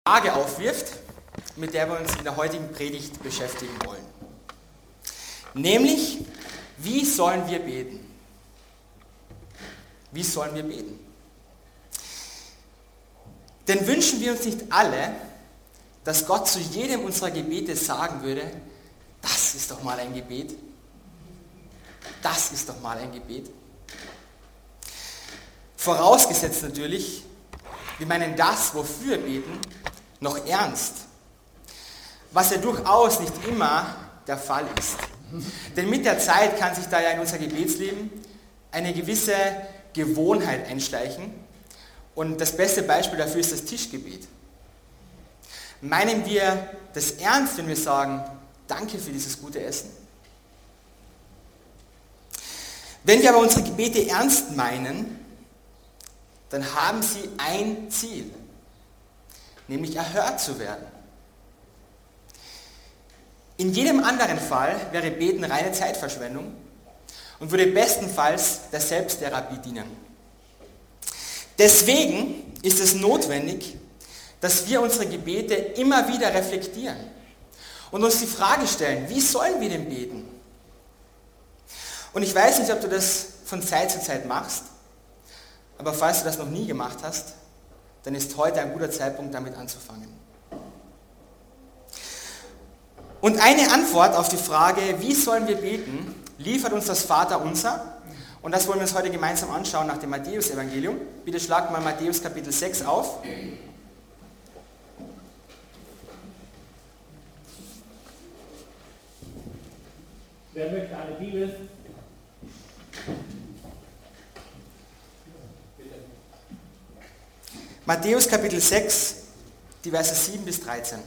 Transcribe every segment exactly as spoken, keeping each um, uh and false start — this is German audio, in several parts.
Frage aufwirft, mit der wir uns in der heutigen Predigt beschäftigen wollen. Nämlich, wie sollen wir beten? Wie sollen wir beten? Denn wünschen wir uns nicht alle, dass Gott zu jedem unserer Gebete sagen würde, das ist doch mal ein Gebet. Das ist doch mal ein Gebet. Vorausgesetzt natürlich, wir meinen das, wofür wir beten, noch ernst. Was ja durchaus nicht immer der Fall ist. Denn mit der Zeit kann sich da ja in unser Gebetsleben eine gewisse Gewohnheit einschleichen. Und das beste Beispiel dafür ist das Tischgebet. Meinen wir das ernst, wenn wir sagen, danke für dieses gute Essen? Wenn wir aber unsere Gebete ernst meinen, dann haben sie ein Ziel, nämlich erhört zu werden. In jedem anderen Fall wäre Beten reine Zeitverschwendung und würde bestenfalls der Selbsttherapie dienen. Deswegen ist es notwendig, dass wir unsere Gebete immer wieder reflektieren und uns die Frage stellen, wie sollen wir denn beten? Und ich weiß nicht, ob du das von Zeit zu Zeit machst, aber falls du das noch nie gemacht hast, dann ist heute ein guter Zeitpunkt, damit anzufangen. Und eine Antwort auf die Frage, wie sollen wir beten, liefert uns das Vaterunser. Und das wollen wir uns heute gemeinsam anschauen nach dem Matthäus-Evangelium. Bitte schlag mal Matthäus Kapitel sechs auf. Wer möchte eine Bibel? Matthäus Kapitel sechs, die Verse sieben bis dreizehn.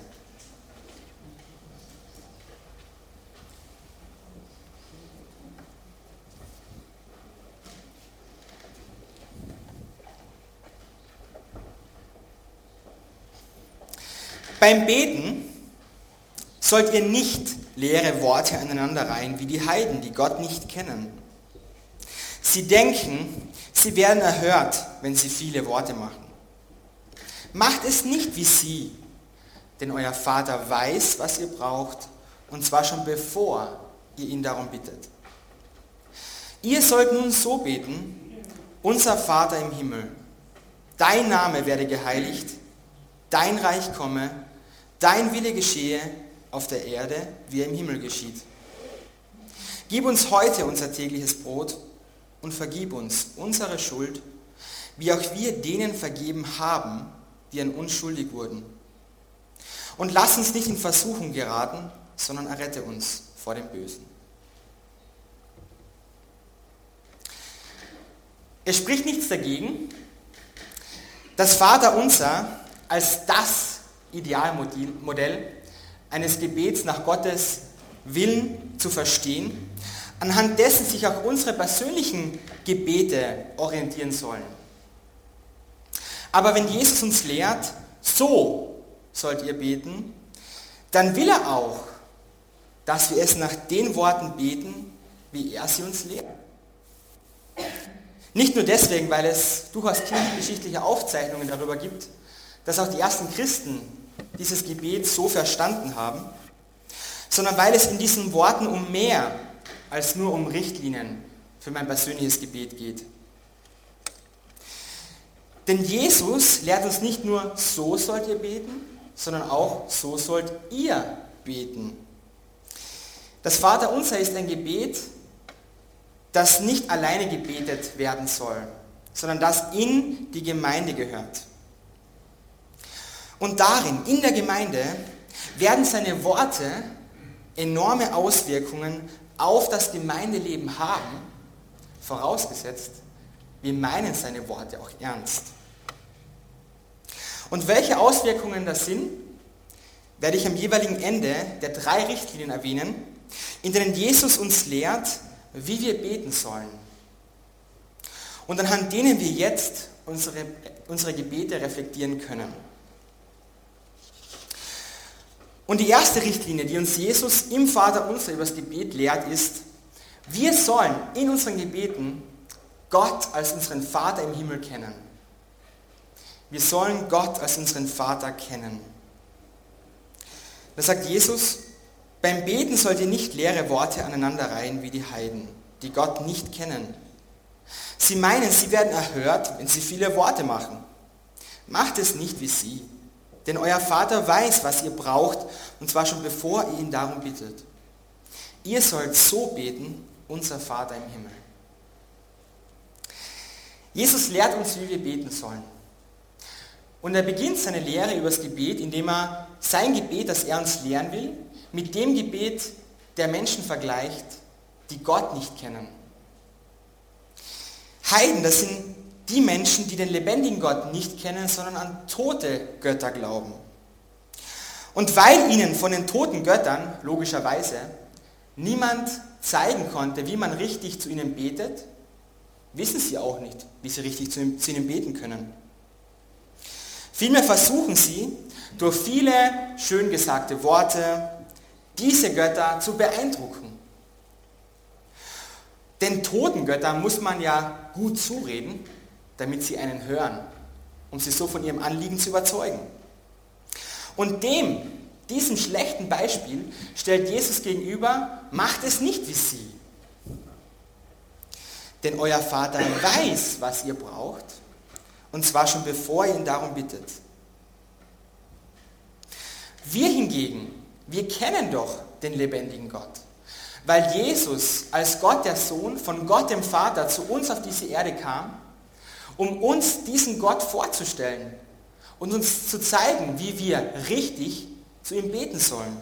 Beim Beten sollt ihr nicht leere Worte aneinanderreihen, wie die Heiden, die Gott nicht kennen. Sie denken, sie werden erhört, wenn sie viele Worte machen. Macht es nicht wie sie, denn euer Vater weiß, was ihr braucht, und zwar schon bevor ihr ihn darum bittet. Ihr sollt nun so beten, unser Vater im Himmel, dein Name werde geheiligt, dein Reich komme, dein Wille geschehe auf der Erde, wie er im Himmel geschieht. Gib uns heute unser tägliches Brot und vergib uns unsere Schuld, wie auch wir denen vergeben haben, die an uns schuldig wurden. Und lass uns nicht in Versuchung geraten, sondern errette uns vor dem Bösen. Es spricht nichts dagegen, das Vaterunser als das Idealmodell eines Gebets nach Gottes Willen zu verstehen, anhand dessen sich auch unsere persönlichen Gebete orientieren sollen. Aber wenn Jesus uns lehrt, so sollt ihr beten, dann will er auch, dass wir es nach den Worten beten, wie er sie uns lehrt. Nicht nur deswegen, weil es durchaus kirchengeschichtliche Aufzeichnungen darüber gibt, dass auch die ersten Christen dieses Gebet so verstanden haben, sondern weil es in diesen Worten um mehr als nur um Richtlinien für mein persönliches Gebet geht. Denn Jesus lehrt uns nicht nur, so sollt ihr beten, sondern auch, so sollt ihr beten. Das Vaterunser ist ein Gebet, das nicht alleine gebetet werden soll, sondern das in die Gemeinde gehört. Und darin, in der Gemeinde, werden seine Worte enorme Auswirkungen auf das Gemeindeleben haben, vorausgesetzt, wir meinen seine Worte auch ernst. Und welche Auswirkungen das sind, werde ich am jeweiligen Ende der drei Richtlinien erwähnen, in denen Jesus uns lehrt, wie wir beten sollen. Und anhand denen wir jetzt unsere, unsere Gebete reflektieren können. Und die erste Richtlinie, die uns Jesus im Vaterunser über das Gebet lehrt, ist, wir sollen in unseren Gebeten Gott als unseren Vater im Himmel kennen. Wir sollen Gott als unseren Vater kennen. Da sagt Jesus, beim Beten sollt ihr nicht leere Worte aneinanderreihen wie die Heiden, die Gott nicht kennen. Sie meinen, sie werden erhört, wenn sie viele Worte machen. Macht es nicht wie sie, denn euer Vater weiß, was ihr braucht, und zwar schon bevor ihr ihn darum bittet. Ihr sollt so beten, unser Vater im Himmel. Jesus lehrt uns, wie wir beten sollen. Und er beginnt seine Lehre über das Gebet, indem er sein Gebet, das er uns lehren will, mit dem Gebet der Menschen vergleicht, die Gott nicht kennen. Heiden, das sind die Menschen, die den lebendigen Gott nicht kennen, sondern an tote Götter glauben. Und weil ihnen von den toten Göttern, logischerweise, niemand zeigen konnte, wie man richtig zu ihnen betet, wissen sie auch nicht, wie sie richtig zu ihnen beten können. Vielmehr versuchen sie, durch viele schön gesagte Worte, diese Götter zu beeindrucken. Den toten Göttern muss man ja gut zureden, damit sie einen hören, um sie so von ihrem Anliegen zu überzeugen. Und dem, diesem schlechten Beispiel, stellt Jesus gegenüber, macht es nicht wie sie. Denn euer Vater weiß, was ihr braucht, und zwar schon bevor ihr ihn darum bittet. Wir hingegen, wir kennen doch den lebendigen Gott, weil Jesus als Gott der Sohn von Gott dem Vater zu uns auf diese Erde kam, um uns diesen Gott vorzustellen und uns zu zeigen, wie wir richtig zu ihm beten sollen.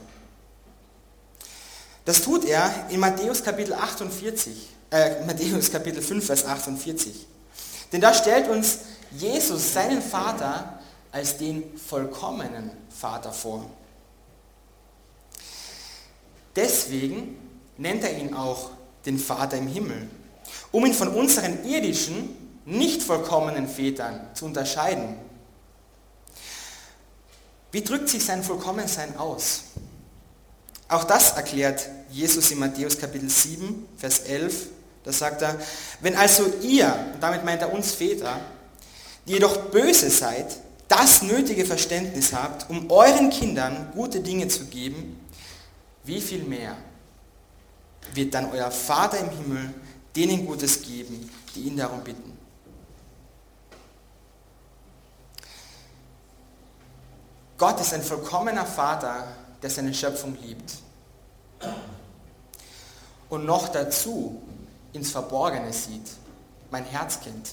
Das tut er in Matthäus Kapitel achtundvierzig, äh, Matthäus Kapitel fünf, Vers achtundvierzig. Denn da stellt uns Jesus seinen Vater als den vollkommenen Vater vor. Deswegen nennt er ihn auch den Vater im Himmel, um ihn von unseren irdischen, nicht vollkommenen Vätern zu unterscheiden. Wie drückt sich sein Vollkommensein aus? Auch das erklärt Jesus in Matthäus Kapitel sieben, Vers elf. Da sagt er, wenn also ihr, und damit meint er uns Väter, die jedoch böse seid, das nötige Verständnis habt, um euren Kindern gute Dinge zu geben, wie viel mehr wird dann euer Vater im Himmel denen Gutes geben, die ihn darum bitten. Gott ist ein vollkommener Vater, der seine Schöpfung liebt. Und noch dazu ins Verborgene sieht, mein Herzkind.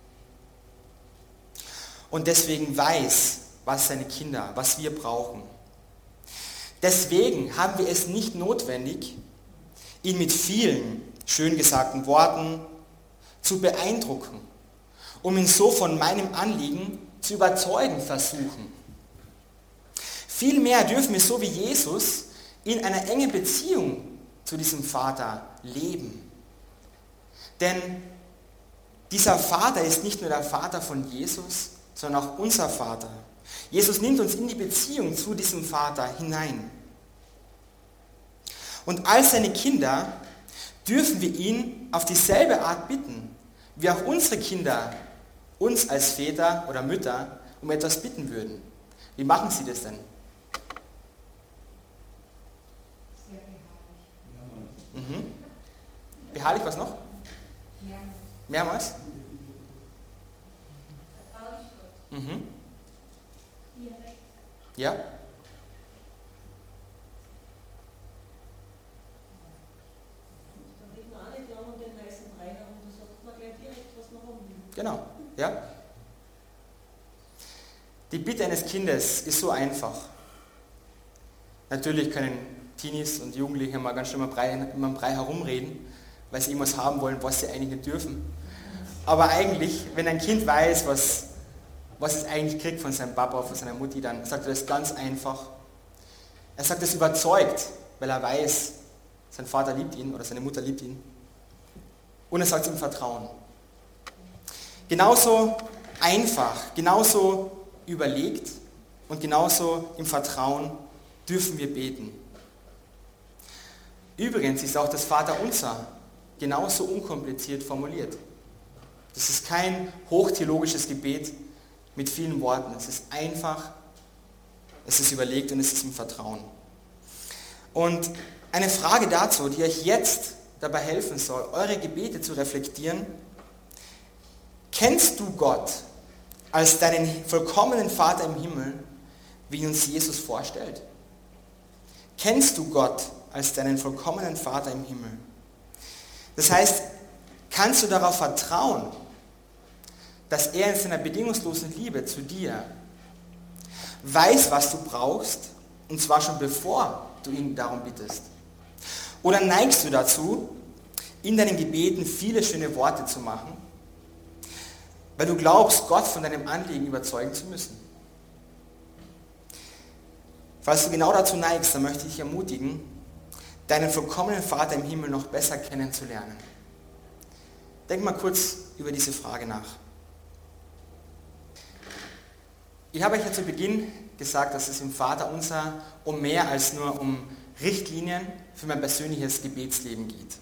Und deswegen weiß, was seine Kinder, was wir brauchen. Deswegen haben wir es nicht notwendig, ihn mit vielen schön gesagten Worten zu beeindrucken, um ihn so von meinem Anliegen zu überzeugen versuchen. Vielmehr dürfen wir so wie Jesus in einer engen Beziehung zu diesem Vater leben. Denn dieser Vater ist nicht nur der Vater von Jesus, sondern auch unser Vater. Jesus nimmt uns in die Beziehung zu diesem Vater hinein. Und als seine Kinder dürfen wir ihn auf dieselbe Art bitten, wie auch unsere Kinder uns als Väter oder Mütter um etwas bitten würden. Wie machen sie das denn? Sehr beharrlich. Mhm. Beharrlich, was noch? Mehrmals. Mehrmals? Vertraulich Gott. Mhm. Direkt. Ja? Da geht man auch nicht lang um den heißen Brei herum, da sagt man gleich direkt, was man haben will. Genau. Ja? Die Bitte eines Kindes ist so einfach. Natürlich können Teenies und Jugendliche mal ganz schön im Brei, im Brei herumreden, weil sie irgendwas haben wollen, was sie eigentlich nicht dürfen. Aber eigentlich, wenn ein Kind weiß, was, was es eigentlich kriegt von seinem Papa, von seiner Mutti, dann sagt er das ganz einfach. Er sagt das überzeugt, weil er weiß, sein Vater liebt ihn oder seine Mutter liebt ihn. Und er sagt es im Vertrauen. Genauso einfach, genauso überlegt und genauso im Vertrauen dürfen wir beten. Übrigens ist auch das Vaterunser genauso unkompliziert formuliert. Das ist kein hochtheologisches Gebet, mit vielen Worten. Es ist einfach, es ist überlegt und es ist im Vertrauen. Und eine Frage dazu, die euch jetzt dabei helfen soll, eure Gebete zu reflektieren. Kennst du Gott als deinen vollkommenen Vater im Himmel, wie uns Jesus vorstellt? Kennst du Gott als deinen vollkommenen Vater im Himmel? Das heißt, kannst du darauf vertrauen, dass er in seiner bedingungslosen Liebe zu dir weiß, was du brauchst, und zwar schon bevor du ihn darum bittest? Oder neigst du dazu, in deinen Gebeten viele schöne Worte zu machen, weil du glaubst, Gott von deinem Anliegen überzeugen zu müssen? Falls du genau dazu neigst, dann möchte ich dich ermutigen, deinen vollkommenen Vater im Himmel noch besser kennenzulernen. Denk mal kurz über diese Frage nach. Ich habe euch ja zu Beginn gesagt, dass es im Vaterunser um mehr als nur um Richtlinien für mein persönliches Gebetsleben geht.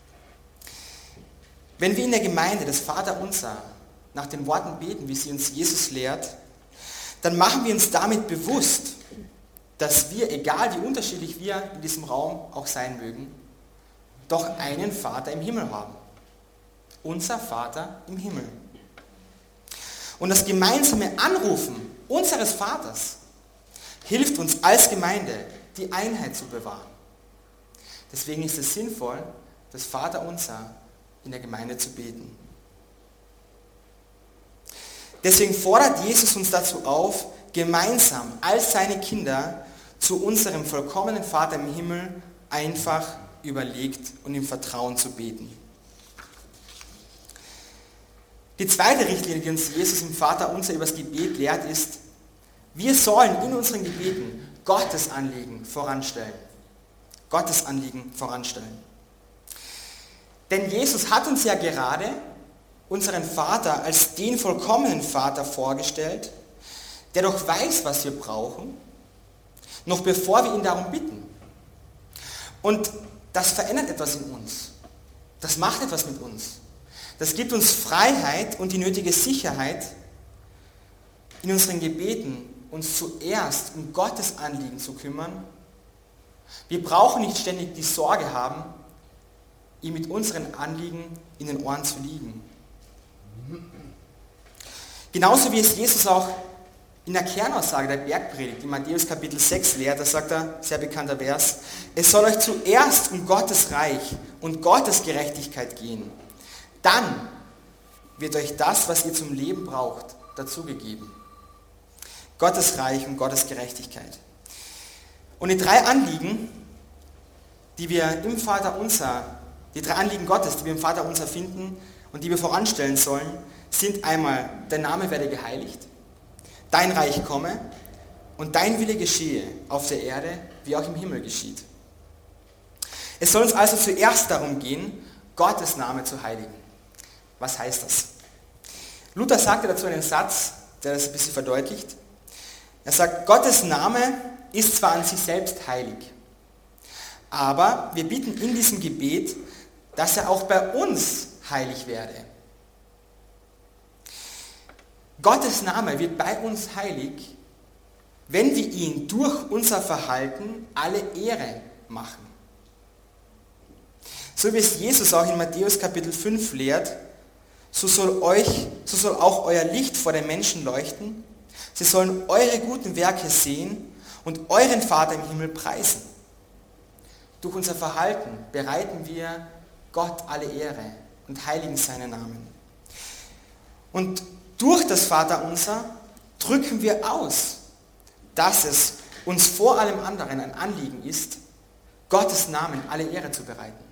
Wenn wir in der Gemeinde das Vaterunser nach den Worten beten, wie sie uns Jesus lehrt, dann machen wir uns damit bewusst, dass wir, egal wie unterschiedlich wir in diesem Raum auch sein mögen, doch einen Vater im Himmel haben. Unser Vater im Himmel. Und das gemeinsame Anrufen unseres Vaters hilft uns als Gemeinde, die Einheit zu bewahren. Deswegen ist es sinnvoll, das Vaterunser in der Gemeinde zu beten. Deswegen fordert Jesus uns dazu auf, gemeinsam als seine Kinder zu unserem vollkommenen Vater im Himmel einfach überlegt und im Vertrauen zu beten. Die zweite Richtlinie, die uns Jesus im Vaterunser über das Gebet lehrt, ist, wir sollen in unseren Gebeten Gottes Anliegen voranstellen. Gottes Anliegen voranstellen. Denn Jesus hat uns ja gerade unseren Vater als den vollkommenen Vater vorgestellt, der doch weiß, was wir brauchen, noch bevor wir ihn darum bitten. Und das verändert etwas in uns. Das macht etwas mit uns. Das gibt uns Freiheit und die nötige Sicherheit, in unseren Gebeten uns zuerst um Gottes Anliegen zu kümmern. Wir brauchen nicht ständig die Sorge haben, ihm mit unseren Anliegen in den Ohren zu liegen. Genauso wie es Jesus auch in der Kernaussage der Bergpredigt in Matthäus Kapitel sechs lehrt, da sagt er, sehr bekannter Vers, es soll euch zuerst um Gottes Reich und Gottes Gerechtigkeit gehen. Dann wird euch das, was ihr zum Leben braucht, dazugegeben. Gottes Reich und Gottes Gerechtigkeit. Und die drei Anliegen, die wir im Vaterunser, die drei Anliegen Gottes, die wir im Vaterunser finden und die wir voranstellen sollen, sind einmal, dein Name werde geheiligt, dein Reich komme und dein Wille geschehe auf der Erde, wie auch im Himmel geschieht. Es soll uns also zuerst darum gehen, Gottes Name zu heiligen. Was heißt das? Luther sagte dazu einen Satz, der das ein bisschen verdeutlicht. Er sagt, Gottes Name ist zwar an sich selbst heilig, aber wir bitten in diesem Gebet, dass er auch bei uns heilig werde. Gottes Name wird bei uns heilig, wenn wir ihn durch unser Verhalten alle Ehre machen. So wie es Jesus auch in Matthäus Kapitel fünf lehrt, so soll, euch, so soll auch euer Licht vor den Menschen leuchten. Sie sollen eure guten Werke sehen und euren Vater im Himmel preisen. Durch unser Verhalten bereiten wir Gott alle Ehre und heiligen seinen Namen. Und durch das Vaterunser drücken wir aus, dass es uns vor allem anderen ein Anliegen ist, Gottes Namen alle Ehre zu bereiten.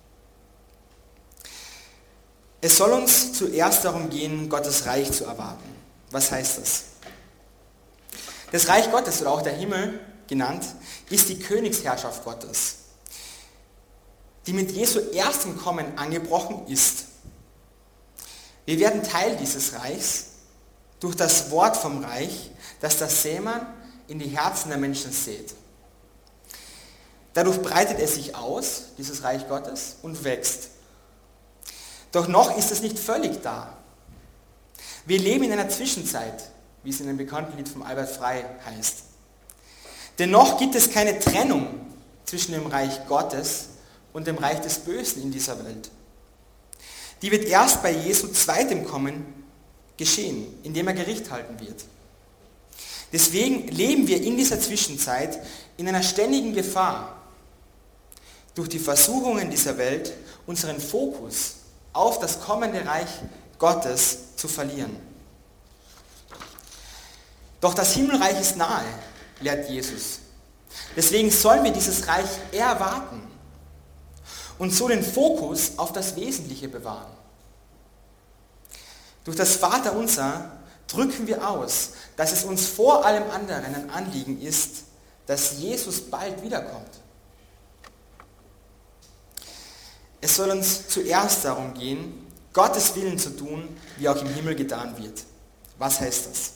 Es soll uns zuerst darum gehen, Gottes Reich zu erwarten. Was heißt das? Das Reich Gottes, oder auch der Himmel genannt, ist die Königsherrschaft Gottes, die mit Jesu erstem Kommen angebrochen ist. Wir werden Teil dieses Reichs durch das Wort vom Reich, das der Sämann in die Herzen der Menschen sät. Dadurch breitet es sich aus, dieses Reich Gottes, und wächst. Doch noch ist es nicht völlig da. Wir leben in einer Zwischenzeit, wie es in einem bekannten Lied von Albert Frey heißt. Dennoch gibt es keine Trennung zwischen dem Reich Gottes und dem Reich des Bösen in dieser Welt. Die wird erst bei Jesu zweitem Kommen geschehen, indem er Gericht halten wird. Deswegen leben wir in dieser Zwischenzeit in einer ständigen Gefahr, durch die Versuchungen dieser Welt unseren Fokus auf das kommende Reich Gottes zu verlieren. Doch das Himmelreich ist nahe, lehrt Jesus. Deswegen sollen wir dieses Reich erwarten und so den Fokus auf das Wesentliche bewahren. Durch das Vaterunser drücken wir aus, dass es uns vor allem anderen ein Anliegen ist, dass Jesus bald wiederkommt. Es soll uns zuerst darum gehen, Gottes Willen zu tun, wie auch im Himmel getan wird. Was heißt das?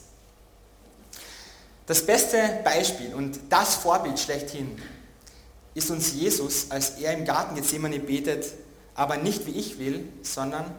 Das beste Beispiel und das Vorbild schlechthin ist uns Jesus, als er im Garten Gethsemane betet, aber nicht wie ich will, sondern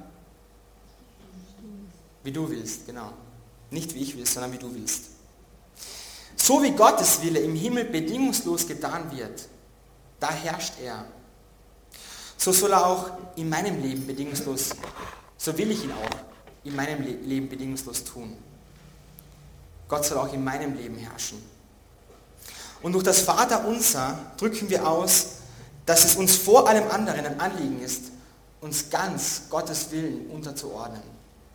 wie du willst, genau. Nicht wie ich will, sondern wie du willst. So wie Gottes Wille im Himmel bedingungslos getan wird, da herrscht er. So soll er auch in meinem Leben bedingungslos, so will ich ihn auch in meinem Le- Leben bedingungslos tun. Gott soll auch in meinem Leben herrschen. Und durch das Vaterunser drücken wir aus, dass es uns vor allem anderen ein Anliegen ist, uns ganz Gottes Willen unterzuordnen.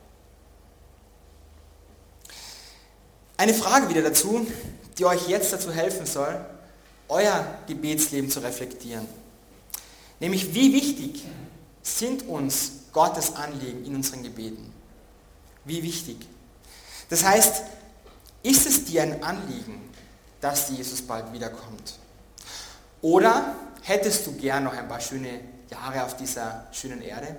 Eine Frage wieder dazu, die euch jetzt dazu helfen soll, euer Gebetsleben zu reflektieren. Nämlich, wie wichtig sind uns Gottes Anliegen in unseren Gebeten? Wie wichtig? Das heißt, ist es dir ein Anliegen, dass Jesus bald wiederkommt? Oder hättest du gern noch ein paar schöne Jahre auf dieser schönen Erde?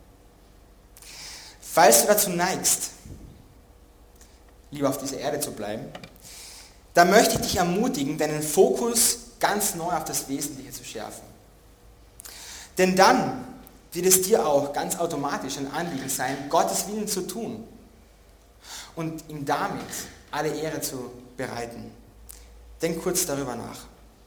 Falls du dazu neigst, lieber auf dieser Erde zu bleiben, dann möchte ich dich ermutigen, deinen Fokus ganz neu auf das Wesentliche zu schärfen. Denn dann wird es dir auch ganz automatisch ein Anliegen sein, Gottes Willen zu tun und ihm damit alle Ehre zu bereiten. Denk kurz darüber nach.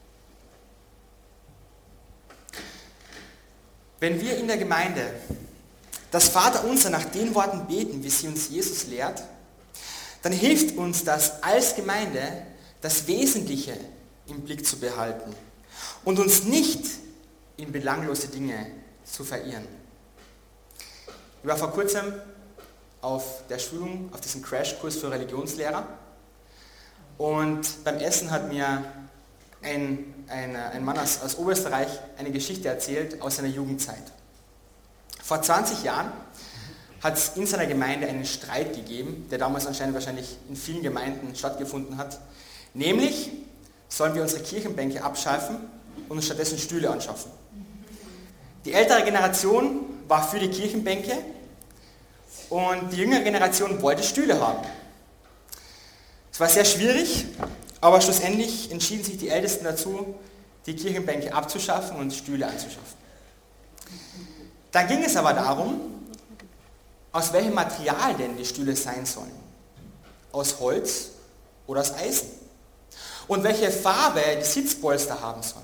Wenn wir in der Gemeinde das Vaterunser nach den Worten beten, wie sie uns Jesus lehrt, dann hilft uns das als Gemeinde, das Wesentliche im Blick zu behalten und uns nicht in belanglose Dinge zu verirren. Ich war vor kurzem auf der Schulung, auf diesem Crashkurs für Religionslehrer, und beim Essen hat mir ein, ein, ein Mann aus, aus Oberösterreich eine Geschichte erzählt aus seiner Jugendzeit. Vor zwanzig Jahren hat es in seiner Gemeinde einen Streit gegeben, der damals anscheinend wahrscheinlich in vielen Gemeinden stattgefunden hat. Nämlich, sollen wir unsere Kirchenbänke abschaffen und uns stattdessen Stühle anschaffen. Die ältere Generation war für die Kirchenbänke und die jüngere Generation wollte Stühle haben. Es war sehr schwierig, aber schlussendlich entschieden sich die Ältesten dazu, die Kirchenbänke abzuschaffen und Stühle anzuschaffen. Dann ging es aber darum, aus welchem Material denn die Stühle sein sollen. Aus Holz oder aus Eisen. Und welche Farbe die Sitzpolster haben sollen.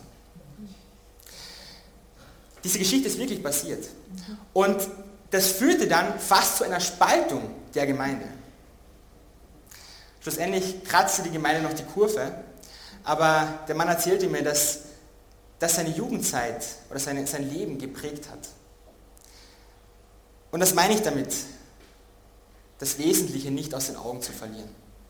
Diese Geschichte ist wirklich passiert. Und das führte dann fast zu einer Spaltung der Gemeinde. Schlussendlich kratzte die Gemeinde noch die Kurve, aber der Mann erzählte mir, dass, dass seine Jugendzeit oder seine, sein Leben geprägt hat. Und das meine ich damit, das Wesentliche nicht aus den Augen zu verlieren.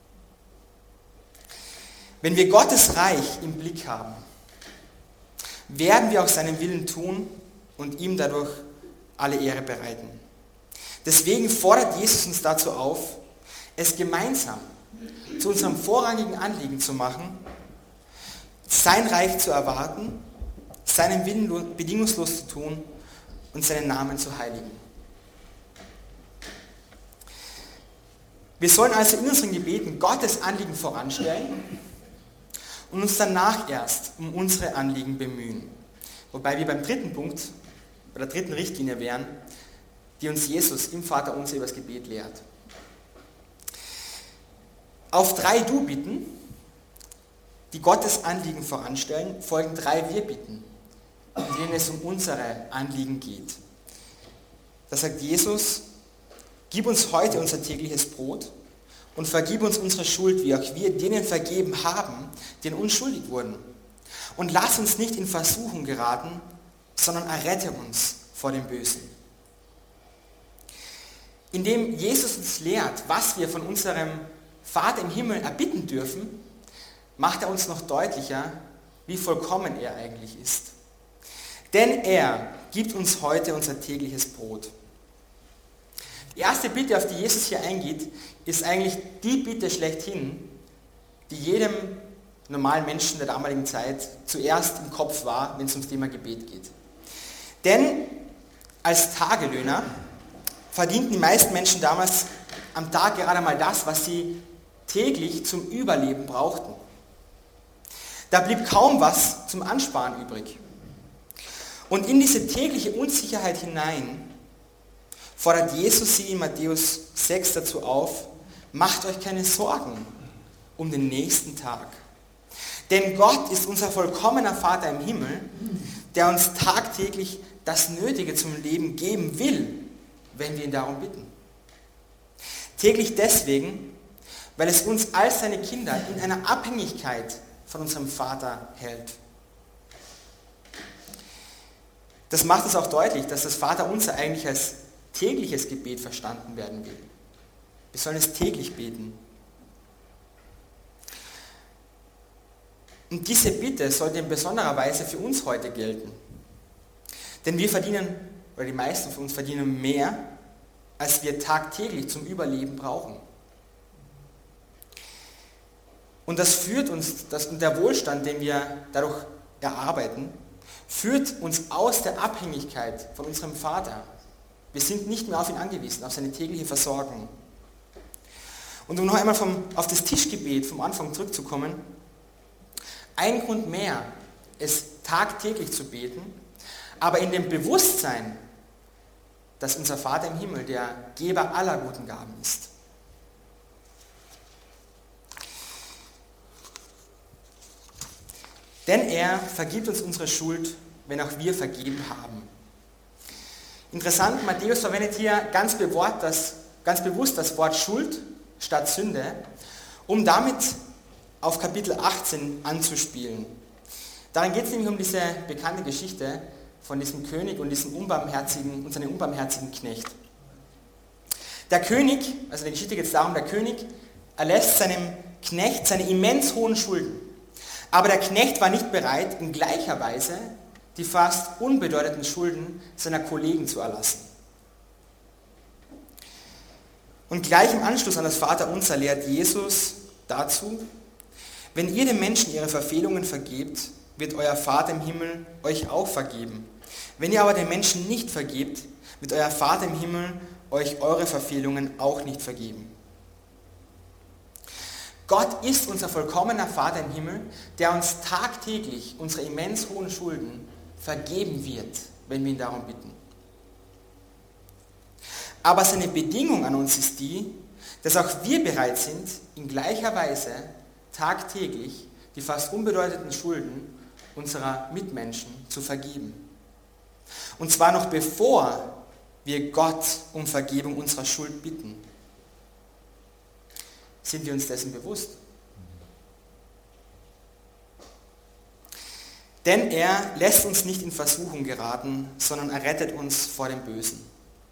Wenn wir Gottes Reich im Blick haben, werden wir auch seinen Willen tun und ihm dadurch alle Ehre bereiten. Deswegen fordert Jesus uns dazu auf, es gemeinsam zu unserem vorrangigen Anliegen zu machen, sein Reich zu erwarten, seinen Willen bedingungslos zu tun und seinen Namen zu heiligen. Wir sollen also in unseren Gebeten Gottes Anliegen voranstellen und uns danach erst um unsere Anliegen bemühen. Wobei wir beim dritten Punkt, bei der dritten Richtlinie wären, die uns Jesus im Vaterunser über das Gebet lehrt. Auf drei Du-Bitten, die Gottes Anliegen voranstellen, folgen drei Wir-Bitten, in denen es um unsere Anliegen geht. Da sagt Jesus: Gib uns heute unser tägliches Brot und vergib uns unsere Schuld, wie auch wir denen vergeben haben, die an uns schuldig wurden. Und lass uns nicht in Versuchung geraten, sondern errette uns vor dem Bösen. Indem Jesus uns lehrt, was wir von unserem Vater im Himmel erbitten dürfen, macht er uns noch deutlicher, wie vollkommen er eigentlich ist. Denn er gibt uns heute unser tägliches Brot. Die erste Bitte, auf die Jesus hier eingeht, ist eigentlich die Bitte schlechthin, die jedem normalen Menschen der damaligen Zeit zuerst im Kopf war, wenn es ums Thema Gebet geht. Denn als Tagelöhner verdienten die meisten Menschen damals am Tag gerade mal das, was sie täglich zum Überleben brauchten. Da blieb kaum was zum Ansparen übrig. Und in diese tägliche Unsicherheit hinein fordert Jesus sie in Matthäus sechs dazu auf: Macht euch keine Sorgen um den nächsten Tag. Denn Gott ist unser vollkommener Vater im Himmel, der uns tagtäglich das Nötige zum Leben geben will, wenn wir ihn darum bitten. Täglich deswegen, weil es uns als seine Kinder in einer Abhängigkeit von unserem Vater hält. Das macht es auch deutlich, dass das Vaterunser eigentlich als tägliches Gebet verstanden werden will. Wir sollen es täglich beten. Und diese Bitte sollte in besonderer Weise für uns heute gelten. Denn wir verdienen, oder die meisten von uns verdienen mehr, als wir tagtäglich zum Überleben brauchen. Und das führt uns, das, und der Wohlstand, den wir dadurch erarbeiten, führt uns aus der Abhängigkeit von unserem Vater. Wir sind nicht mehr auf ihn angewiesen, auf seine tägliche Versorgung. Und um noch einmal vom, auf das Tischgebet vom Anfang zurückzukommen: Ein Grund mehr, es tagtäglich zu beten, aber in dem Bewusstsein, dass unser Vater im Himmel der Geber aller guten Gaben ist. Denn er vergibt uns unsere Schuld, wenn auch wir vergeben haben. Interessant, Matthäus verwendet hier ganz bewusst das, ganz bewusst das Wort Schuld statt Sünde, um damit auf Kapitel achtzehn anzuspielen. Darin geht es nämlich um diese bekannte Geschichte von diesem König und diesem unbarmherzigen und seinem unbarmherzigen Knecht. Der König, also in der Geschichte geht es darum, der König erlässt seinem Knecht seine immens hohen Schulden. Aber der Knecht war nicht bereit, in gleicher Weise die fast unbedeutenden Schulden seiner Kollegen zu erlassen. Und gleich im Anschluss an das Vaterunser lehrt Jesus dazu: Wenn ihr den Menschen ihre Verfehlungen vergebt, wird euer Vater im Himmel euch auch vergeben. Wenn ihr aber den Menschen nicht vergebt, wird euer Vater im Himmel euch eure Verfehlungen auch nicht vergeben. Gott ist unser vollkommener Vater im Himmel, der uns tagtäglich unsere immens hohen Schulden vergeben wird, wenn wir ihn darum bitten. Aber seine Bedingung an uns ist die, dass auch wir bereit sind, in gleicher Weise tagtäglich die fast unbedeutenden Schulden unserer Mitmenschen zu vergeben. Und zwar noch bevor wir Gott um Vergebung unserer Schuld bitten. Sind wir uns dessen bewusst? Denn er lässt uns nicht in Versuchung geraten, sondern errettet uns vor dem Bösen.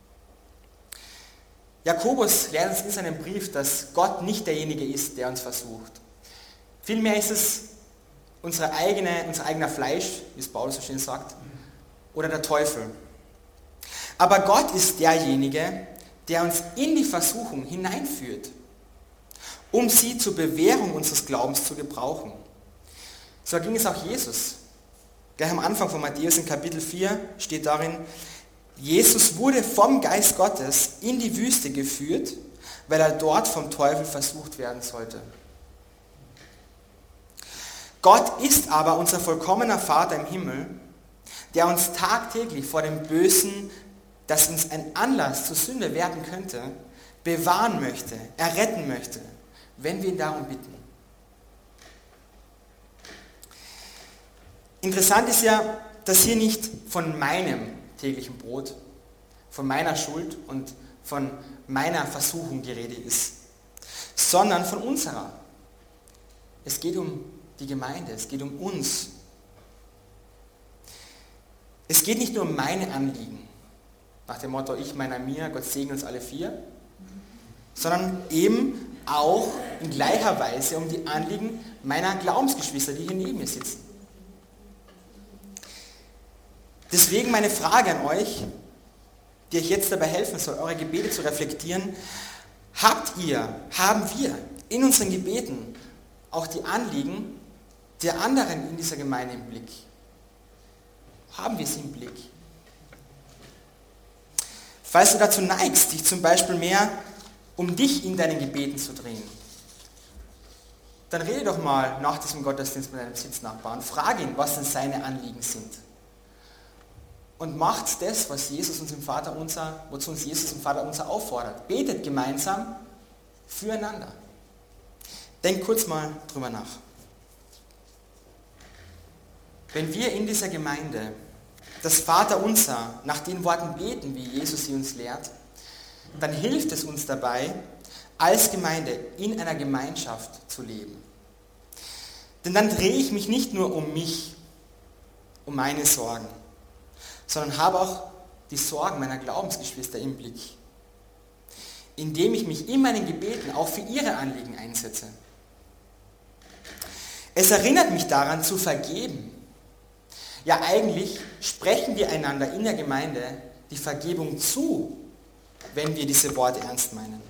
Jakobus lehrt uns in seinem Brief, dass Gott nicht derjenige ist, der uns versucht. Vielmehr ist es unsere eigene, unser eigener Fleisch, wie es Paulus so schön sagt, oder der Teufel. Aber Gott ist derjenige, der uns in die Versuchung hineinführt, um sie zur Bewährung unseres Glaubens zu gebrauchen. So ging es auch Jesus. Gleich am Anfang von Matthäus in Kapitel vier steht darin: Jesus wurde vom Geist Gottes in die Wüste geführt, weil er dort vom Teufel versucht werden sollte. Gott ist aber unser vollkommener Vater im Himmel, der uns tagtäglich vor dem Bösen, das uns ein Anlass zur Sünde werden könnte, bewahren möchte, erretten möchte, wenn wir ihn darum bitten. Interessant ist ja, dass hier nicht von meinem täglichen Brot, von meiner Schuld und von meiner Versuchung die Rede ist, sondern von unserer. Es geht um die Gemeinde, es geht um uns. Es geht nicht nur um meine Anliegen, nach dem Motto, ich, meiner, mir, Gott segne uns alle vier, sondern eben auch in gleicher Weise um die Anliegen meiner Glaubensgeschwister, die hier neben mir sitzen. Deswegen meine Frage an euch, die euch jetzt dabei helfen soll, eure Gebete zu reflektieren. Habt ihr, haben wir in unseren Gebeten auch die Anliegen der anderen in dieser Gemeinde im Blick? Haben wir sie im Blick? Falls du dazu neigst, dich zum Beispiel mehr um dich in deinen Gebeten zu drehen, dann rede doch mal nach diesem Gottesdienst mit deinem Sitznachbarn. Frage ihn, was denn seine Anliegen sind. Und macht das, was Jesus uns im Vater unser, wozu uns Jesus im Vater unser auffordert. Betet gemeinsam füreinander. Denk kurz mal drüber nach. Wenn wir in dieser Gemeinde das Vater unser nach den Worten beten, wie Jesus sie uns lehrt, dann hilft es uns dabei, als Gemeinde in einer Gemeinschaft zu leben. Denn dann drehe ich mich nicht nur um mich, um meine Sorgen, sondern habe auch die Sorgen meiner Glaubensgeschwister im Blick, indem ich mich in meinen Gebeten auch für ihre Anliegen einsetze. Es erinnert mich daran, zu vergeben. Ja, eigentlich sprechen wir einander in der Gemeinde die Vergebung zu, wenn wir diese Worte ernst meinen.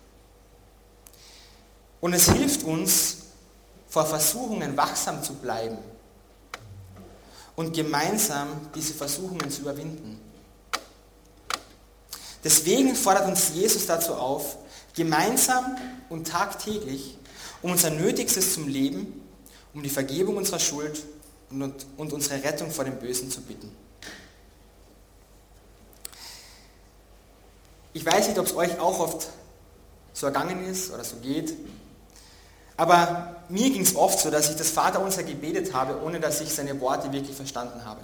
Und es hilft uns, vor Versuchungen wachsam zu bleiben und gemeinsam diese Versuchungen zu überwinden. Deswegen fordert uns Jesus dazu auf, gemeinsam und tagtäglich um unser Nötigstes zum Leben, um die Vergebung unserer Schuld und, und unsere Rettung vor dem Bösen zu bitten. Ich weiß nicht, ob es euch auch oft so ergangen ist oder so geht, aber mir ging es oft so, dass ich das Vaterunser gebetet habe, ohne dass ich seine Worte wirklich verstanden habe.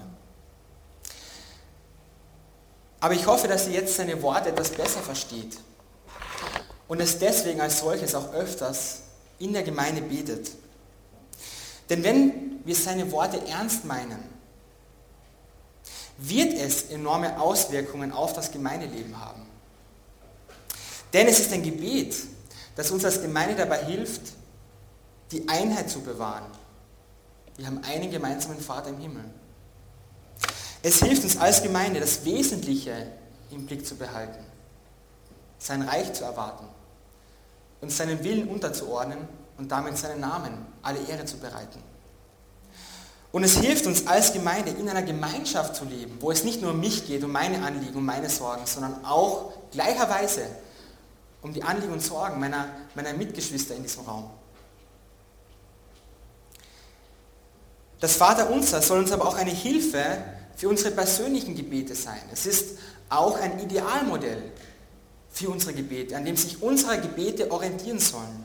Aber ich hoffe, dass ihr jetzt seine Worte etwas besser versteht und es deswegen als solches auch öfters in der Gemeinde betet. Denn wenn wir seine Worte ernst meinen, wird es enorme Auswirkungen auf das Gemeindeleben haben. Denn es ist ein Gebet, das uns als Gemeinde dabei hilft, die Einheit zu bewahren. Wir haben einen gemeinsamen Vater im Himmel. Es hilft uns als Gemeinde, das Wesentliche im Blick zu behalten, sein Reich zu erwarten, uns seinen Willen unterzuordnen und damit seinen Namen alle Ehre zu bereiten. Und es hilft uns als Gemeinde, in einer Gemeinschaft zu leben, wo es nicht nur um mich geht, um meine Anliegen, um meine Sorgen, sondern auch gleicherweise um die Anliegen und Sorgen meiner, meiner Mitgeschwister in diesem Raum. Das Vaterunser soll uns aber auch eine Hilfe für unsere persönlichen Gebete sein. Es ist auch ein Idealmodell für unsere Gebete, an dem sich unsere Gebete orientieren sollen.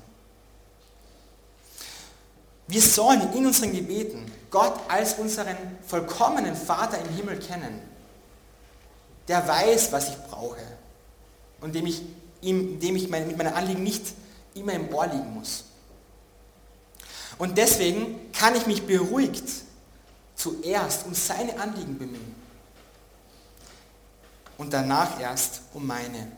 Wir sollen in unseren Gebeten Gott als unseren vollkommenen Vater im Himmel kennen, der weiß, was ich brauche und dem ich, ihm, dem ich mein, mit meinen Anliegen nicht immer im Ohr liegen muss. Und deswegen kann ich mich beruhigt zuerst um seine Anliegen bemühen und danach erst um meine.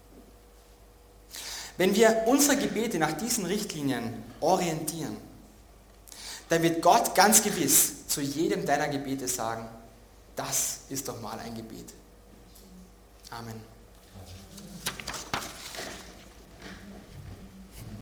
Wenn wir unsere Gebete nach diesen Richtlinien orientieren, dann wird Gott ganz gewiss zu jedem deiner Gebete sagen, das ist doch mal ein Gebet. Amen.